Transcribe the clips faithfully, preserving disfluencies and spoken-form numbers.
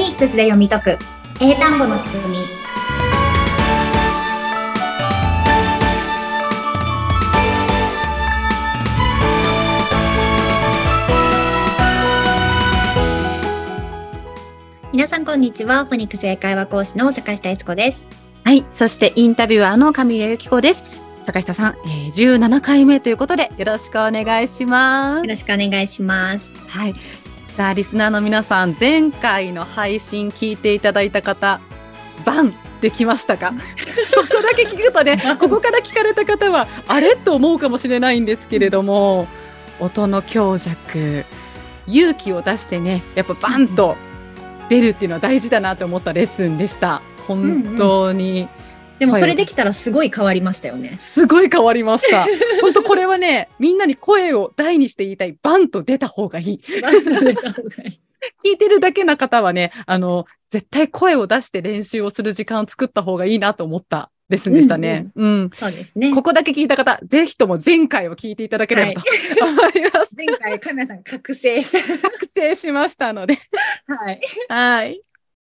ニックスで読み解く英単語の仕組み。皆さんこんにちは。フォニックス英会話講師の坂下悦子です。 はい、そしてインタビュアーの神谷由紀子です。坂下さん、えー、じゅうななかいめということでよろしくお願いします。 よろしくお願いします。 はい、さあリスナーの皆さん、前回の配信聞いていただいた方、バンできましたか？ここだけ聞くとね、ここから聞かれた方はあれと思うかもしれないんですけれども、音の強弱、勇気を出してね、やっぱバンと出るっていうのは大事だなと思ったレッスンでした。本当に、うんうん、 でもそれできたらすごい変わりましたよね。 すごい変わりました。本当これはね、みんなに声を大にして言いたい。バンと出た方がいい。バンと出た方がいい。聞いてるだけな方はね、あの絶対声を出して練習をする時間を作った方がいいなと思ったレッスンでしたね。うん、うんうん、 そうですね。 ここだけ聞いた方、ぜひとも前回を聞いていただければと思います。 前回神谷さん覚醒覚醒しましたので、 はい、 はい。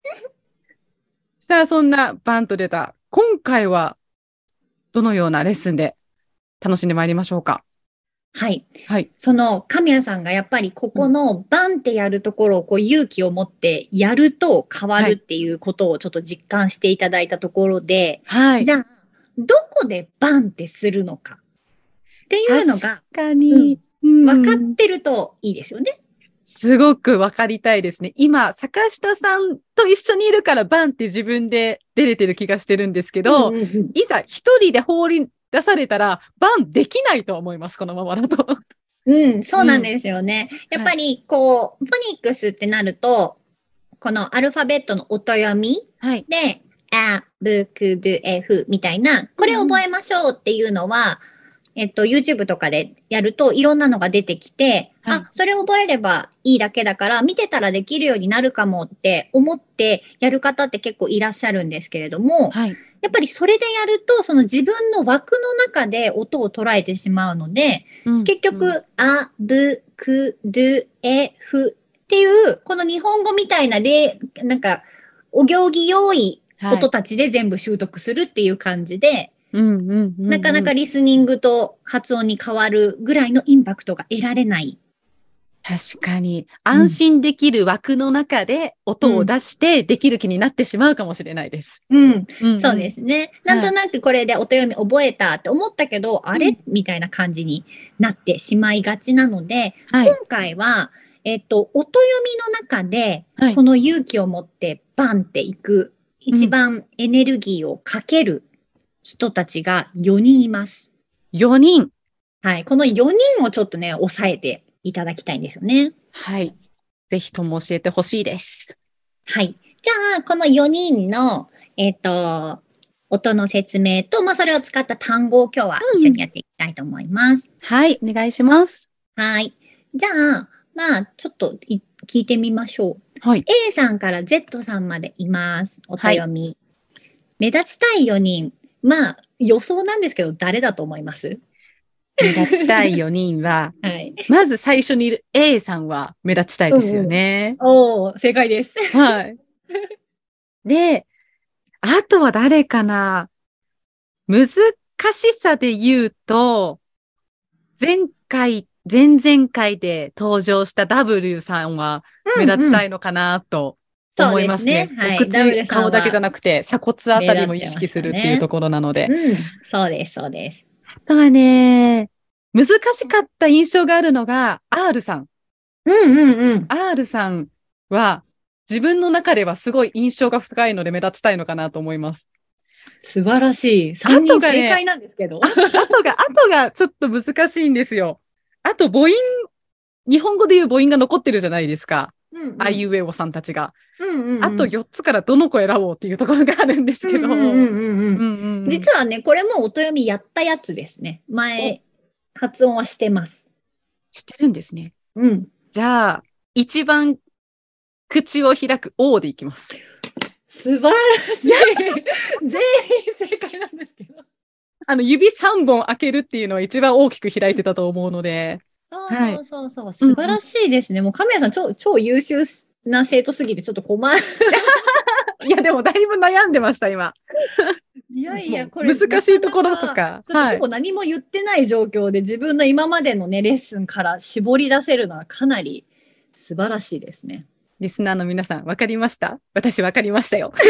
さあそんなバンと出た今回はどのようなレッスンで楽しんでまいりましょうか。 はい、 はい、 その神谷さんがやっぱりここのバンってやるところをこう勇気を持ってやると変わるっていうことをちょっと実感していただいたところで、はい、じゃあどこでバンってするのかっていうのが確かに、 うん、分かってるといいですよね。 すごく分かりたいですね。今坂下さんと一緒にいるからバンって自分で出れてる気がしてるんですけど、うんうんうん、いざ一人で放り出されたらバンできないと思います、このままだと。 うん、そうなんですよね。うん、やっぱりこう、はい、フォニックスってなるとこのアルファベットの音読み、はい、であ、ブ、ク、ドゥ、エ、フみたいなこれを覚えましょうっていうのは、うん、えっと YouTube とかでやるといろんなのが出てきて、はい、あ、それを覚えればいいだけだから見てたらできるようになるかもって思ってやる方って結構いらっしゃるんですけれども、はい、やっぱりそれでやるとその自分の枠の中で音を捉えてしまうので、うん、結局、うん、あ、ブ、ク、ドゥ、エ、フっていうこの日本語みたいな例なんかお行儀用い音たちで全部習得するっていう感じで、なかなかリスニングと発音に変わるぐらいのインパクトが得られない。 確かに安心できる枠の中で音を出してできる気になってしまうかもしれないです。 うん、うんうん、そうですね。なんとなくこれで音読み覚えたって思ったけど、うん、あれみたいな感じになってしまいがちなので、はい、今回はえっと音読みの中でこの勇気を持ってバンっていく、はい、一番エネルギーをかける人たちがよにんいます。 よにん。 はい。このよにんをちょっとね、押さえていただきたいんですよね。 はい。ぜひとも教えてほしいです。 はい。じゃあ、このよにんの、えっと、音の説明と、まあ、それを使った単語を今日は一緒にやっていきたいと思います。 うん、はい。お願いします。 はい。じゃあ、まあ、ちょっと聞いてみましょう。はい。A さんから Z さんまでいます。音読み。はい、目立ちたいよにん。まあ、予想なんですけど、誰だと思います？ 目立ちたいよにんは、はい、まず最初にいる A さんは目立ちたいですよね。 うんうん、おー、正解です。 はい。で、あとは誰かな？難しさで言うと、前回、前々回で登場した W さんは目立ちたいのかなと思いますね。 そうですね。はい、 お口、顔だけじゃなくて鎖骨あたりも意識するっていうところなので。 うん、そうです、そうです。 あとはね、難しかった印象があるのが R さん。 うんうんうん。 R さんは自分の中ではすごい印象が深いので目立ちたいのかなと思います。 素晴らしい。さんにん正解なんですけど。 あとが、あとがちょっと難しいんですよ。あと母音、日本語でいう母音が残ってるじゃないですか。うんうん、あいうえおさんたちが。うんうんうん、あとよっつからどの子選ぼうっていうところがあるんですけど。 実はね、これも音読みやったやつですね。前、発音はしてます。 してるんですね。 うん。 じゃあ、一番口を開く O でいきます。 素晴らしい。全員正解なんですけど。 あの、指さんぼん開けるっていうのは一番大きく開いてたと思うので。 そうそうそうそう、はい、素晴らしいですね。うんうん、もう神谷さん超、超優秀な生徒すぎてちょっと困る。 いや、でもだいぶ悩んでました、今。 いやいや、これ。 難しいところとか。 はい。ほぼ何も言ってない状況で自分の今までのね、レッスンから絞り出せるのはかなり素晴らしいですね。 リスナーの皆さん、わかりました？私わかりましたよ。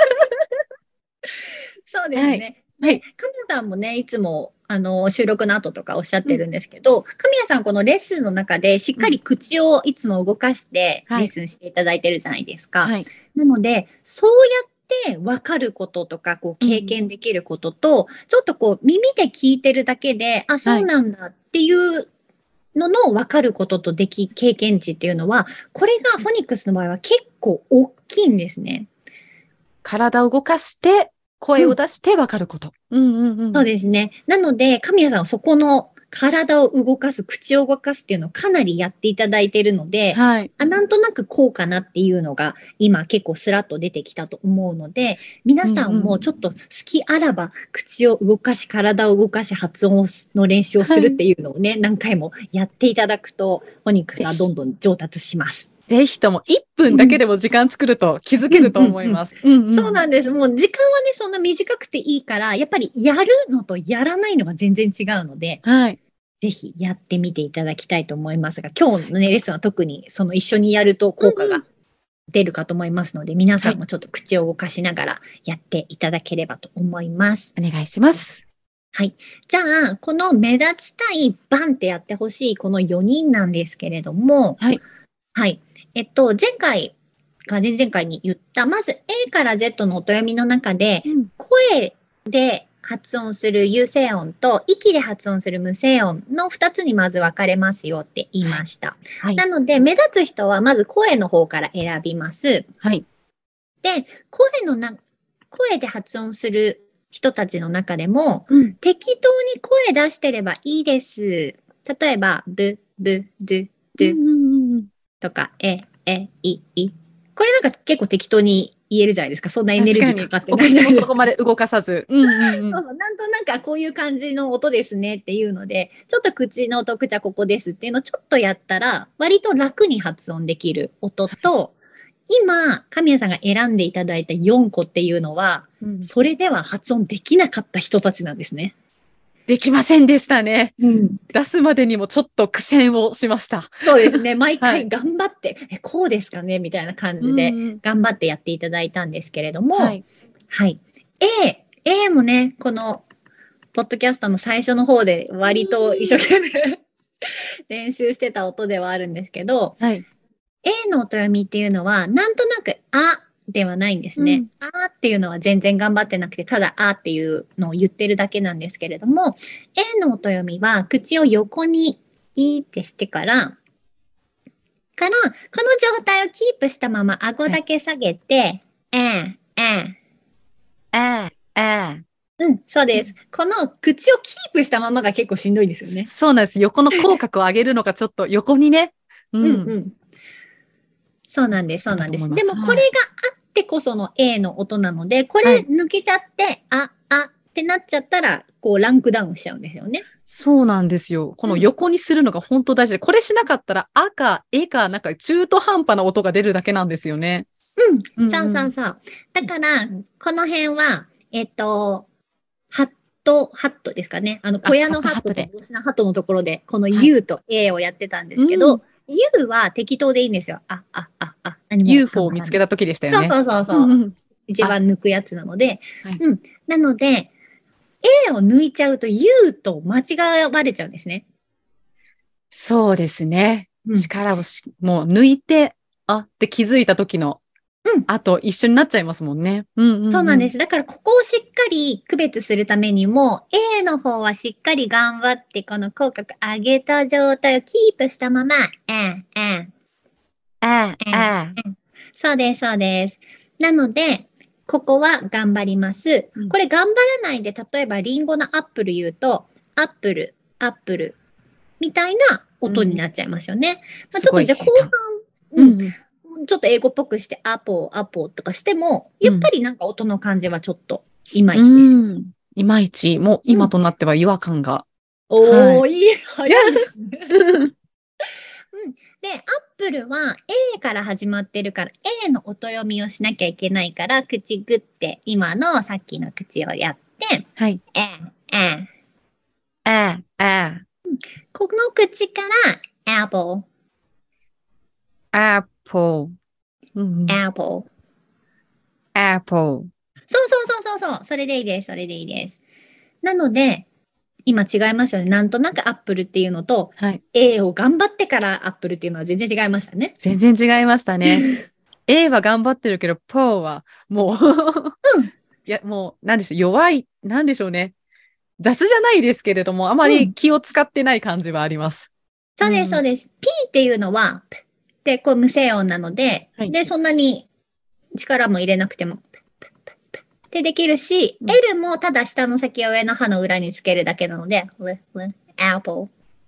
そうですね。はい。神谷さんもね、いつも、あの、収録の後とかおっしゃってるんですけど、うん、神谷さん、このレッスンの中でしっかり口をいつも動かしてレッスンしていただいてるじゃないですか。はい、なので、そうやって分かることとか、こう、経験できることと、うん、ちょっとこう、耳で聞いてるだけで、あ、そうなんだっていうのの分かることとでき、経験値っていうのは、これがフォニックスの場合は結構大きいんですね。 体を動かして、声を出して分かること。うんうんうん、 そうですね。なので、神谷さんはそこの体を動かす、口を動かすっていうのをかなりやっていただいているので、はい、あなんとなくこうかなっていうのが今結構スラッと出てきたと思うので、皆さんもちょっと好きあらば口を動かし、体を動かし、発音の練習をするっていうのをね、はい、何回もやっていただくと、フォニックスはどんどん上達します。 ぜひともいっぷんだけでも時間作ると気づけると思います。 そうなんです。もう時間はね、そんな短くていいから、やっぱりやるのとやらないのが全然違うので、はい、ぜひやってみていただきたいと思いますが、今日のね、レッスンは特にその一緒にやると効果が出るかと思いますので、うんうん、皆さんもちょっと口を動かしながらやっていただければと思います。 お願いします。 はい。じゃあ、この目立ちたいバンってやってほしいこのよにんなんですけれども、はい。はい。えっと、前回か前々回に言った、まず A から Z の音読みの中で、うん、声で発音する有声音と息で発音する無声音のふたつにまず分かれますよって言いました。はいはい、なので、目立つ人はまず声の方から選びます。はい。で、声のな、声で発音する人たちの中でも、うん、適当に声出してればいいです。例えば、ブ、ブ、ドゥ、ドゥとか、え、え、い、い。これなんか結構適当に言えるじゃないですか。そんなエネルギーかかってないじゃないですか。 そこまで動かさず。うんうんうん、 そうそう。なんとなくこういう感じの音ですねっていうので、ちょっと口の音、口はここですっていうのをちょっとやったら、割と楽に発音できる音と、今、神谷さんが選んでいただいたよんこっていうのは、うん、それでは発音できなかった人たちなんですね。 できませんでしたね。うん、出すまでにもちょっと苦戦をしました。 そうですね。毎回頑張って、はい、え、こうですかねみたいな感じで頑張ってやっていただいたんですけれども、はい。はい、A、A もね、この、ポッドキャストの最初の方で割と一生懸命練習してた音ではあるんですけど、はい、A の音読みっていうのは、なんとなく、あ、ではないんですね。うん、あーっていうのは全然頑張ってなくて、ただあーっていうのを言ってるだけなんですけれども、A の音読みは口を横にいーってしてから、から、この状態をキープしたまま顎だけ下げて、えー、えー、えー、えー。 うん、そうです。この口をキープしたままが結構しんどいですよね。 そうなんです。横の口角を上げるのがちょっと横にね。 うん、うん、うん。そうなんです、そうなんです。でもこれがあってこその A の音なので、これ抜けちゃって、はい、あ、あってなっちゃったら、こうランクダウンしちゃうんですよね。 そうなんですよ。この横にするのが本当大事で、うん、これしなかったら、あか、えか、なんか中途半端な音が出るだけなんですよね。 うん、そうそうそう。だから、この辺は、えっと、ハット、ハットですかね。あの、小屋のハットと帽子のハットのところで、この U と A をやってたんですけど、はい、U は適当でいいんですよ。あ、あ、あ、あ、 何も。ユーフォー を見つけた時でしたよね。 そうそうそうそう。うんうん、一番抜くやつなので、はい、うん。なので、A を抜いちゃうと U と間違われちゃうんですね。 そうですね。うん、力をし、もう抜いて、あって気づいた時の、うん。あと一緒になっちゃいますもんね。うんうんうん、 そうなんです。だからここをしっかり区別するためにも、A の方はしっかり頑張って、この口角上げた状態をキープしたまま、えん、えん。 えん、えん。 そうです、そうです。なので、ここは頑張ります。うん、これ頑張らないで、例えばリンゴのアップル言うと、アップル、アップル、みたいな音になっちゃいますよね。うん、まあ、ちょっとじゃあ後半、うん。うんちょっと英語っぽくして、アポー、アポーとかしても、やっぱりなんか音の感じはちょっといまいちでしょ。うん、 いまいち、もう今となっては違和感が。 うん、はい、おー、いい、早いですね。うん。 で、アップルは A から始まってるから A の音読みをしなきゃいけないから、口グって今のさっきの口をやって、 はい。 え、え、 あ、あ、 この口から apple, apple, うん、 apple. apple. そうそうそうそうそう。それでいいです。それでいいです。なので、今違いますよね。なんとなくアップルっていうのと、 はい。 A を頑張ってからアップルっていうのは全然違いましたね。 全然違いましたね。A は頑張ってるけど、ポーはもううん。 いや、もう、なんでしょう、弱い、なんでしょうね。雑じゃないですけれども、あまうん。 り気を使ってない感じはあります。 そうです、そううん。 です。P っていうのは、p ってこう無声音なので、 はい。 で、そんなに力も入れなくても、ってできるし、 うん。 L もただ下の先を上の歯の裏につけるだけなので、l l apple。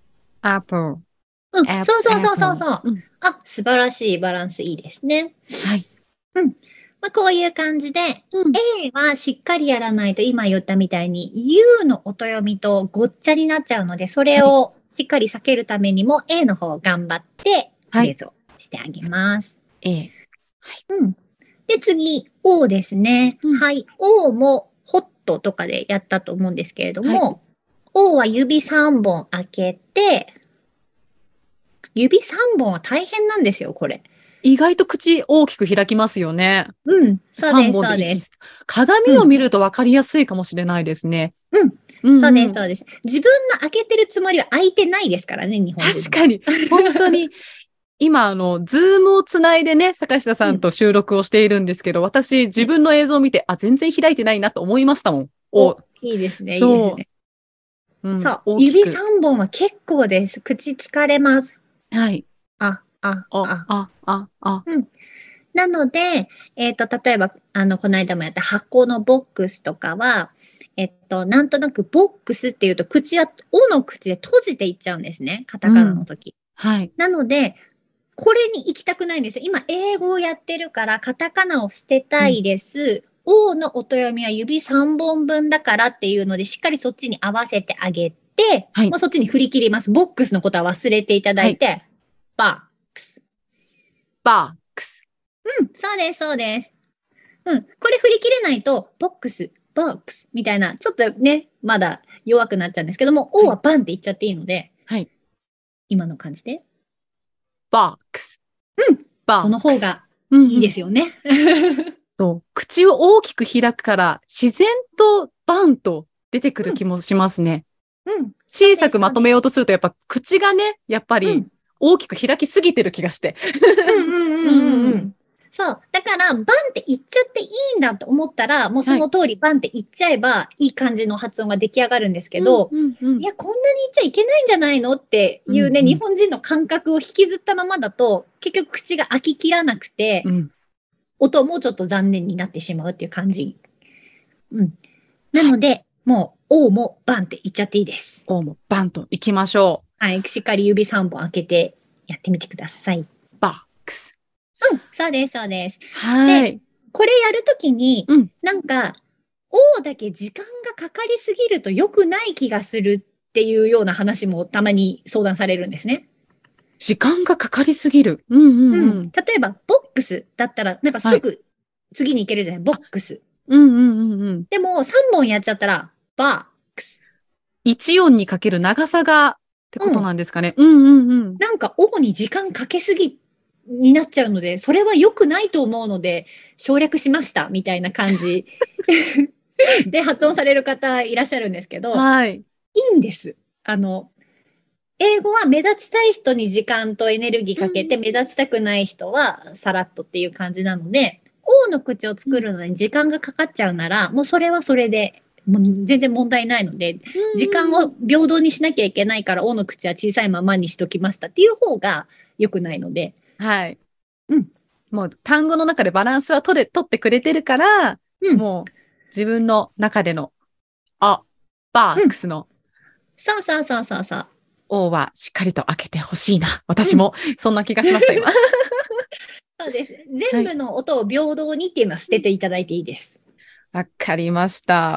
apple, うん、 ap- そうそうそうそう apple。 そう。 うん。 あ、素晴らしいバランスいいですね。 はい。 うん。まあ、こういう感じで、 うん。 A はしっかりやらないと今言ったみたいに U の音読みとごっちゃになっちゃうので、それはい。 をしっかり避けるためにも A の方を頑張ってフはい。 レーズをしてあげます。 A。 うん。で、次、O ですね。 うん。 はい。O もホットとかでやったと思うんですけれどはい。 も、O は指さんぼん開けて、指さんぼんは大変なんですよ、これ。 意外と口大きく開きますよね。 うん。そう 3 です、 本で息す。 そうです。 鏡をうん。 見ると分かりやすいかもしれないですね。 うん。そうです、 うんうん。 そうです。自分の開けてるつもりは開いてないですからね、日本人は。 確かに、本当に、今、あの、ズームをつないでね、坂下さんうん。 と収録をしているんですけど、私、自分の映像を見て、あ、全然開いてないなと思いましたもん。お、 お、いいですね、いいですそね。 う、うん、 そう。指大きく。 さんぼんは結構です。口疲れます。 はい。 あ、あ、 あ、 あ。 あ、あ、あ。 うん。なので、えっと、例えば、あの、この間もやった箱のボックスとかは、えっと、なんとなくボックスっていうと、口は、おの口で閉じていっちゃうんですね。カタカナのうん。 時。 はい。 なので、これに行きたくないんですよ。今、英語をやってるから、カタカナを捨てたいうん。 です。O の音読みは指さんぼんぶんだからっていうので、しっかりそっちに合わせてあげて、 はい。 もうそっちに振り切ります。ボックスのことは忘れていただはい。 いて、ババックス。 ー。うん、そうです、そうです。うん。これ振り切れないと、ボックス、ボックスみたいな、ちょっとね、まだ弱くなっちゃうんですけども、 は O はい。 バンって言っちゃっていいので、 はい。 今の感じで。 バックス。 うん。そバックス。 の方がいいうんうん。 ですよね。 そう。口を大きく開くから、自然とバンと出てくるうん。 気もしますね。 うん。そう小さです、 くまとめようそうです。 とすると、やっぱ口がね、やっぱりうん。 大きく開きすぎてる気がして。 うんうんううんんうんうん。 うん。そう。だから、バンって言っちゃっていいんだと思ったら、もうそはい。 の通りバンって言っちゃえば、いい感じの発音が出来上がるんですけうんど、 うんうん。 いや、こんなに言っちゃいけないんじゃないのっていうね、 うんうん。 日本人の感覚を引きずったままだと、結局口が開ききらなくて、 うん。 音もちょっと残念になってしまうっていう感じ。うん。なはい。 ので、もう、O もバンって言っちゃっていいです。 おもバンと行きましょう。 はい。しっかり指さんぼん開けてやってみてください。 バックス。 うん。そうです、そうです。で、 はい。 これやるときに、 うん。 なんか、O だけ時間がかかりすぎると良くない気がするっていうような話もたまに相談されるんですね。 時間がかかりすぎる。うんうんうん。 うん。 例えば、ボックスだったら、なんかはい。 すぐ次に行けるじゃない、ボックス。 うんうんうんうん。 でも、さんぼんやっちゃったら、バークス。 一音にかける長さがってことうん。 なんですかね。うんうんうん。 なんか、O に時間かけすぎになっちゃうので、それは良くないと思うので、省略しました、みたいな感じで発音される方いらっしゃるんですけど、 はい。 いいんです。あの、英語は目立ちたい人に時間とエネルギーかけて、 うん目立ちたくない人はさらっとっていう感じなので、O の口を作るのに時間がかかっちゃうなら、もうそれはそれで、もう全然問題ないので、時間うんうん。 を平等にしなきゃいけないから、O の口は小さいままにしときましたっていう方が良くないので、 はい。 うん、 もう単語の中でバランスは取れ、取ってくれてるから、 うん、 もう自分の中での、あ、バーうん。 クスのそうそうそうそうそう。 O はしっかりと開けてほしいな。 うん。 私もそんな気がしました、今。 そうです。 はい。 全部の音を平等にっていうのは捨てていただいていいです。 わかりました。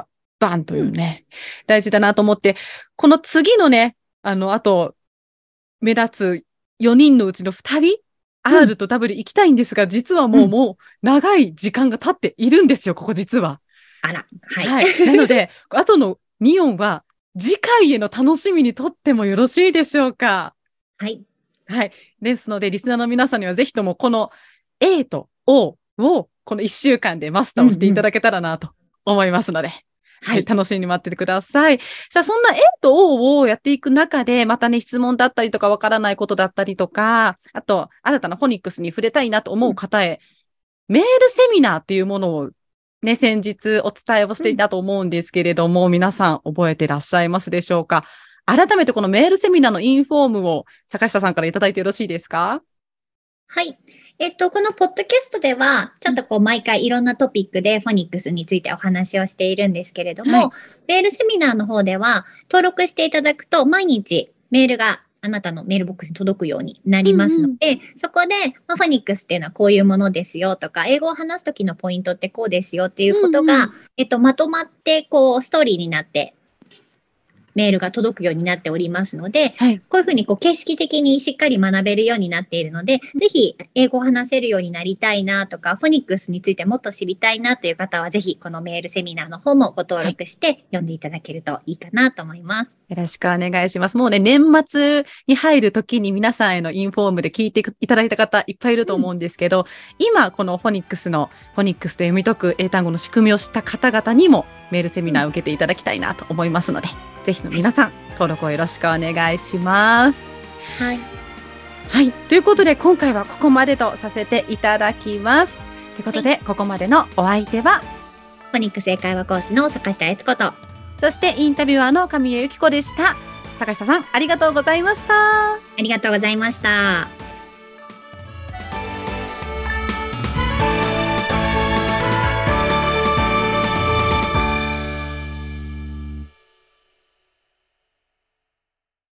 バンとうん。 いうね、大事だなと思って、この次のね、あの、あと、目立つよにんのうちのふたり、うん、R と W 行きたいんですが、実はもう、うん、もう長い時間が経っているんですよ、ここ実は。 あら、はい。 はい、なので、あとのに音は次回への楽しみにとってもよろしいでしょうか。 はい。 はい。ですので、リスナーの皆さんにはぜひともこの A と O をこのいっしゅうかんでマスターをしていただけたらなと思いますので、うんうん、はい、楽しみに待っててください。さあ、そんな A と O をやっていく中で、またね、質問だったりとかわからないことだったりとか、あと、新たなフォニックスに触れたいなと思う方へ、うん、メールセミナーっていうものをね、先日お伝えをしていたと思うんですけれども、うん、皆さん覚えてらっしゃいますでしょうか。改めてこのメールセミナーのインフォームを坂下さんからいただいてよろしいですか？ はい。えっと、このポッドキャストでは、ちょっとこう毎回いろんなトピックでフォニックスについてお話をしているんですけれども、はい、メールセミナーの方では登録していただくと毎日メールがあなたのメールボックスに届くようになりますので、うんうん、そこで、まあ、フォニックスっていうのはこういうものですよとか、英語を話すときのポイントってこうですよっていうことが、うんうん、えっと、まとまってこうストーリーになってメールが届くようになっておりますので、はい、こういうふうにこう形式的にしっかり学べるようになっているので、ぜひ英語を話せるようになりたいなとか、フォニックスについてもっと知りたいなという方は、ぜひこのメールセミナーの方もご登録して読んでいただけるといいかなと思います。 よろしくお願いします。もうね、年末に入るときに皆さんへのインフォームで聞いていただいた方いっぱいいると思うんですけど、うん、今このフォニックスのフォニックスで読み解く英単語の仕組みを知った方々にもメールセミナーを受けていただきたいなと思いますので、うん、ぜひの皆さん登録をよろしくお願いします。 はい。 はい。ということで今回はここまでとさせていただきます。ということで、はい、ここまでのお相手はフォニックス英会話講師の坂下悦子と、 そしてインタビュアーの神谷由紀子でした。坂下さん、ありがとうございました。 ありがとうございました。